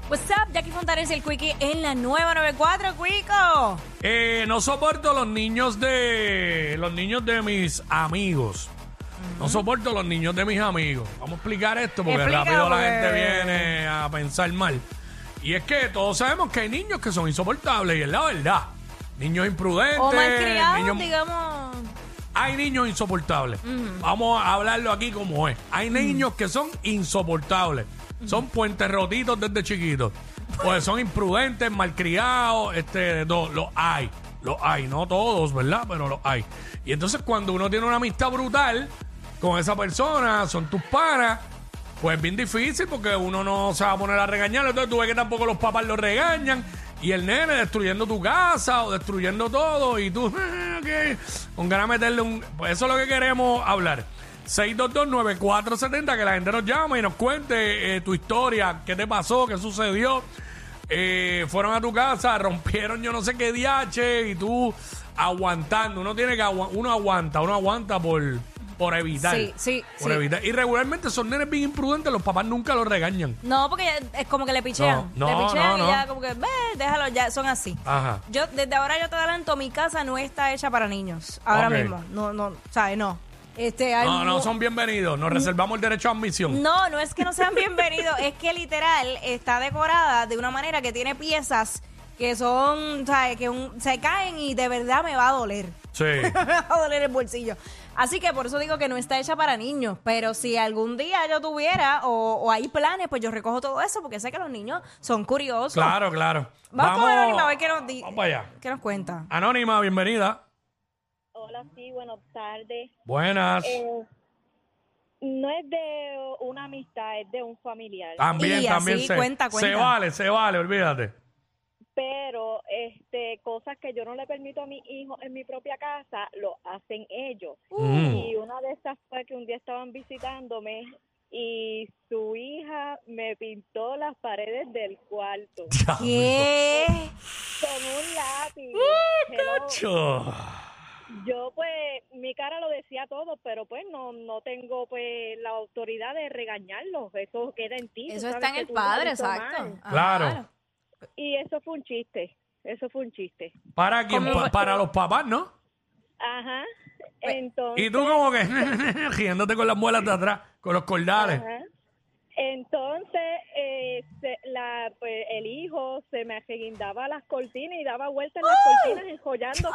What's up, Jackie Fontanes y el Quickie en la nueva 94, Quico. No soporto los niños de mis amigos. No soporto los niños de mis amigos. Vamos a explicar esto porque rápido la gente viene a pensar mal. Y es que todos sabemos que hay niños que son insoportables y es la verdad. Niños imprudentes. O malcriados, digamos. Hay niños insoportables. Vamos a hablarlo aquí como es. Hay niños que son insoportables. Son puentes rotitos desde chiquitos. Pues son imprudentes, malcriados, los hay. Los hay, no todos, ¿verdad? Pero los hay. Y entonces cuando uno tiene una amistad brutal con esa persona, son tus panas, pues es bien difícil porque uno no se va a poner a regañarlo. Entonces tú ves que tampoco los papás lo regañan. Y el nene destruyendo tu casa o destruyendo todo. Y tú, con ganas de meterle un... Pues eso es lo que queremos hablar. 622-9470, que la gente nos llame y nos cuente tu historia, qué te pasó, qué sucedió. Fueron a tu casa, rompieron yo no sé qué DH y tú aguantando. Uno aguanta por evitar. Sí. Evitar. Y regularmente son nenes bien imprudentes, los papás nunca los regañan. No, porque es como que le pichean. No, le pichean no. y ya como que, déjalo, ya son así. Ajá. Desde ahora yo te adelanto, mi casa no está hecha para niños. Ahora mismo. No, ¿sabes? No. No son bienvenidos. Nos reservamos el derecho a admisión. No es que no sean bienvenidos. Es que literal está decorada de una manera que tiene piezas que son, ¿sabes? Que se caen y de verdad me va a doler. Sí. Me va a doler el bolsillo. Así que por eso digo que no está hecha para niños. Pero si algún día yo tuviera o hay planes, pues yo recojo todo eso porque sé que los niños son curiosos. Claro. Vamos con Anónima a ver vamos para allá. qué nos cuenta. Anónima, bienvenida. Hola, sí, buenas tardes. Buenas. No es de una amistad, es de un familiar. También así, cuenta. Se vale, olvídate. Pero cosas que yo no le permito a mi hijo en mi propia casa, lo hacen ellos. Y una de esas fue que un día estaban visitándome y su hija me pintó las paredes del cuarto ¿Qué? con un lápiz. ¡Cacho! Yo pues mi cara lo decía todo, pero pues no tengo pues la autoridad de regañarlos. Eso queda en ti. Eso está en el padre, exacto. Mal. Claro. Y eso fue un chiste. ¿Para quién? Para los papás, ¿no? Ajá. Entonces. Y tú como que riéndote con las muelas de atrás, con los cordales. Ajá. Entonces, pues, el hijo se me reguindaba las cortinas y daba vueltas en las cortinas enjollando.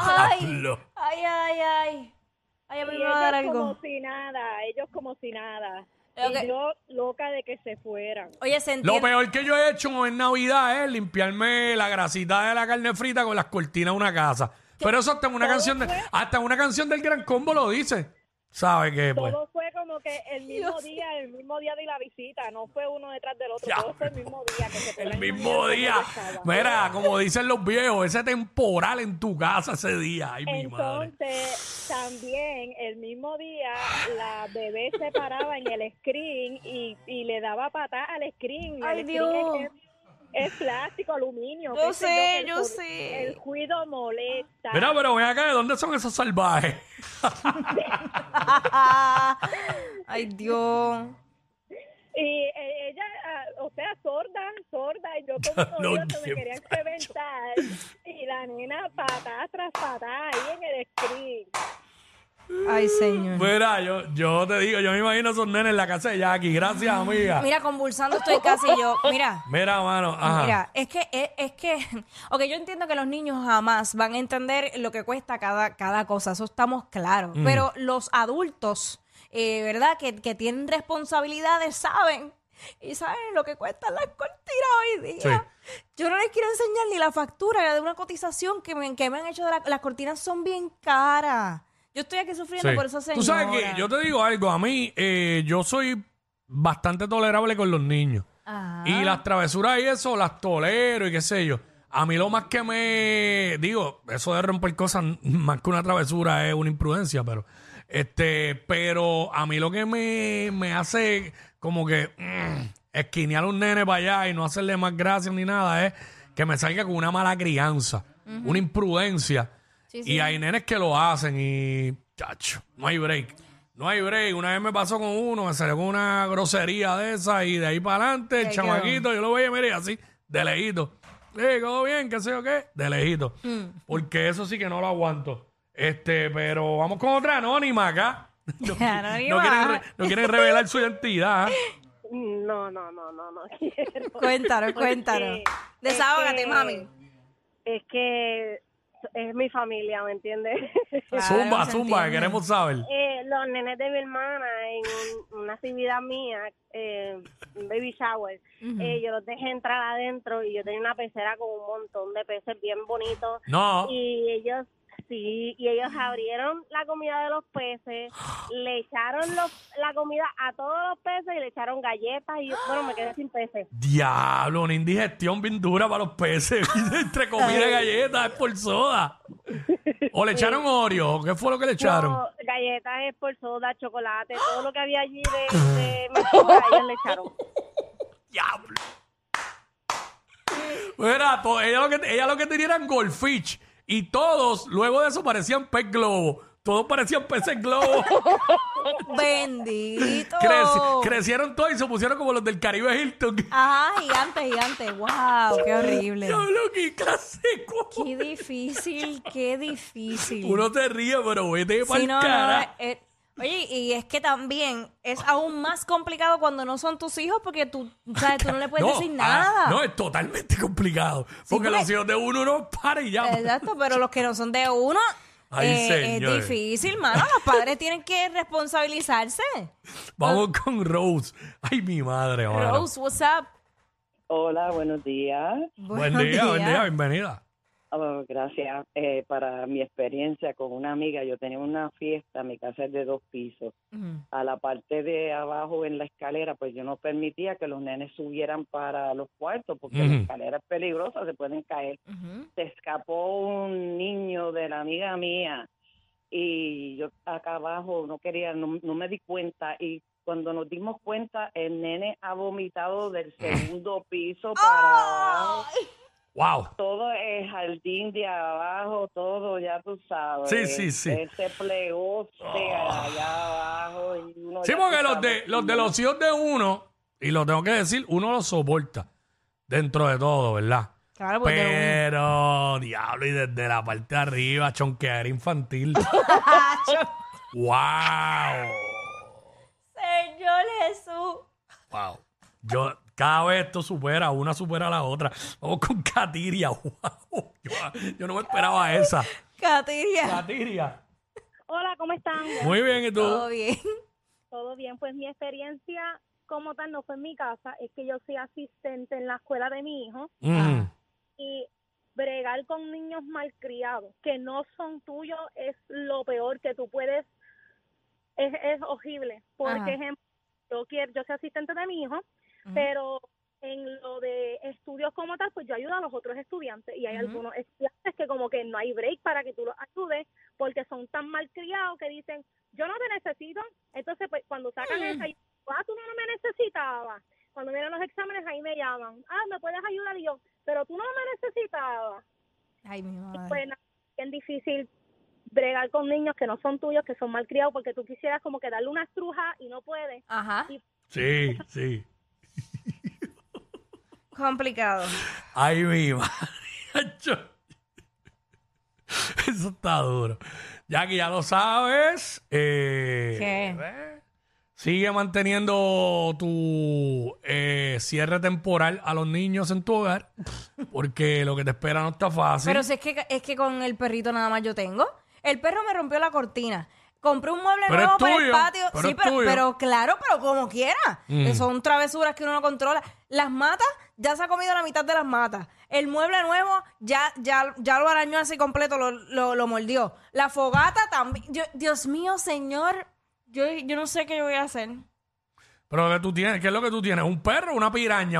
Ay, a mí me va a dar algo. Ellos como si nada. Okay. Y yo loca de que se fueran. Oye, Lo peor que yo he hecho en Navidad es limpiarme la grasita de la carne frita con las cortinas de una casa. Pero eso hasta en una canción del Gran Combo lo dice. ¿Sabe qué? Pues? Todo fue como que el mismo día de la visita, no fue uno detrás del otro, todo fue el mismo día. Que se el mismo día. Mira, como dicen los viejos, ese temporal en tu casa ese día. Ay, mi madre. Entonces, también el mismo día, la bebé se paraba en el screen y le daba patada al screen. Ay, el Dios. Screen es plástico, aluminio. Yo sé. El ruido molesta. Mira, pero ven acá, ¿de dónde son esos salvajes? Ay, Dios. Y ella, sorda, y yo como No, Dios, que me quería experimentar. Y la nena patada tras patada ahí en el screen. Ay, señor. Mira, yo te digo, yo me imagino esos nenes en la casa de Jackie. Gracias, amiga. Mira, convulsando estoy casi yo. Mira, mano. Ajá. Mira, es que, ok, yo entiendo que los niños jamás van a entender lo que cuesta cada cosa, eso estamos claros. Pero los adultos, ¿verdad? Que tienen responsabilidades, saben lo que cuestan las cortinas hoy día. Sí. Yo no les quiero enseñar ni la factura de una cotización que me han hecho las cortinas son bien caras. Yo estoy aquí sufriendo por esa señora. Tú sabes que yo te digo algo, a mí, yo soy bastante tolerable con los niños. Ajá. Y las travesuras y eso, las tolero y qué sé yo. A mí lo más que eso de romper cosas, más que una travesura, es una imprudencia, pero a mí lo que me hace como que esquinear a un nene para allá y no hacerle más gracias ni nada es que me salga con una mala crianza, una imprudencia. Sí. Y hay nenes que lo hacen y, chacho, no hay break. Una vez me pasó con uno, me salió con una grosería de esa y de ahí para adelante, el chamaquito, yo lo veía, mire, así, de lejito. ¿Todo bien? ¿Qué sé yo qué? De lejito. Porque eso sí que no lo aguanto. Pero vamos con otra anónima acá. No quieren revelar su identidad. No quiero. Cuéntanos. Desahógate, mami. Es que es mi familia, ¿me entiendes? Claro, Zumba, que queremos saber. Los nenes de mi hermana en una actividad mía, un baby shower, yo los dejé entrar adentro y yo tenía una pecera con un montón de peces bien bonitos. No. Y ellos abrieron la comida de los peces, le echaron la comida a todos los peces y le echaron galletas y yo, me quedé sin peces. Diablo, una indigestión bien dura para los peces. Entre comida y galletas, es por soda. ¿O le echaron Oreo? ¿Qué fue lo que le echaron? No, galletas es por soda, chocolate, todo lo que había allí de mezcla, ellos le echaron. Diablo. Mira, ella lo que tenía eran goldfish. Y todos, luego de eso, parecían pez globo. Todos parecían peces globo. Bendito. Crecieron todos y se pusieron como los del Caribe Hilton. Ajá, gigante. Wow, qué horrible. Diablo, qué clase. Qué difícil. Uno te ríe, pero vete para el cara. Oye, y es que también es aún más complicado cuando no son tus hijos porque tú no le puedes decir nada. No, es totalmente complicado. Porque los hijos de uno no paran y ya. Exacto, pero los que no son de uno es difícil, mano. Los padres tienen que responsabilizarse. Vamos con Rose. Ay, mi madre. Rose, what's up? Hola, buenos días. Buen día, bienvenida. Gracias. Para mi experiencia con una amiga, yo tenía una fiesta, mi casa es de 2 pisos. A la parte de abajo en la escalera, pues yo no permitía que los nenes subieran para los cuartos, porque la escalera es peligrosa, se pueden caer. Se escapó un niño de la amiga mía y yo acá abajo no me di cuenta y cuando nos dimos cuenta, el nene ha vomitado del segundo piso para abajo. Wow. Todo el jardín de abajo, todo, ya tú sabes. Sí. Ese plegoste allá abajo. Y uno sí, porque los de los hijos de uno, y lo tengo que decir, uno los soporta dentro de todo, ¿verdad? Claro, pero, diablo, y desde la parte de arriba, chonquear infantil. ¡Wow! Señor Jesús. ¡Wow! Cada vez esto una supera a la otra. Vamos con Katiria. ¡Wow! Yo no me esperaba esa. Katiria. Hola, ¿cómo están? Muy bien, ¿y tú? Todo bien. Todo bien, pues mi experiencia como tal no fue en mi casa, es que yo soy asistente en la escuela de mi hijo y bregar con niños malcriados que no son tuyos es lo peor que tú puedes, es horrible, porque ejemplo, yo soy asistente de mi hijo, pero en lo de estudios como tal, pues yo ayudo a los otros estudiantes y hay algunos estudiantes que como que no hay break para que tú los ayudes porque son tan malcriados que dicen, yo no te necesito, entonces pues cuando sacan esa, tú no me necesitabas, cuando vienen los exámenes ahí me llaman, me puedes ayudar y yo, pero tú no me necesitabas. Ay, mi madre. Y pues es bien difícil bregar con niños que no son tuyos, que son malcriados, porque tú quisieras como que darle una estruja y no puedes. Ajá. Sí. Complicado. Ay, mi madre. Eso está duro. Jackie, ya lo sabes. ¿Qué? Sigue manteniendo tu cierre temporal a los niños en tu hogar, porque lo que te espera no está fácil. Pero si es que con el perrito nada más yo tengo. El perro me rompió la cortina. Compré un mueble nuevo para el patio. Pero claro, pero como quiera. Son travesuras que uno no controla. Las matas, ya se ha comido la mitad de las matas. El mueble nuevo ya lo arañó así completo, lo mordió. La fogata también. Dios mío, señor, yo no sé qué yo voy a hacer. Pero ¿qué tú tienes? ¿Qué es lo que tú tienes? ¿Un perro o una piraña?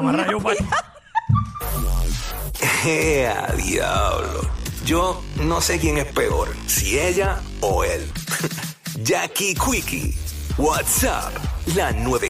¡Ea, diablo! Yo no sé quién es peor, si ella o él. Jackie Quickie, WhatsApp, la 9.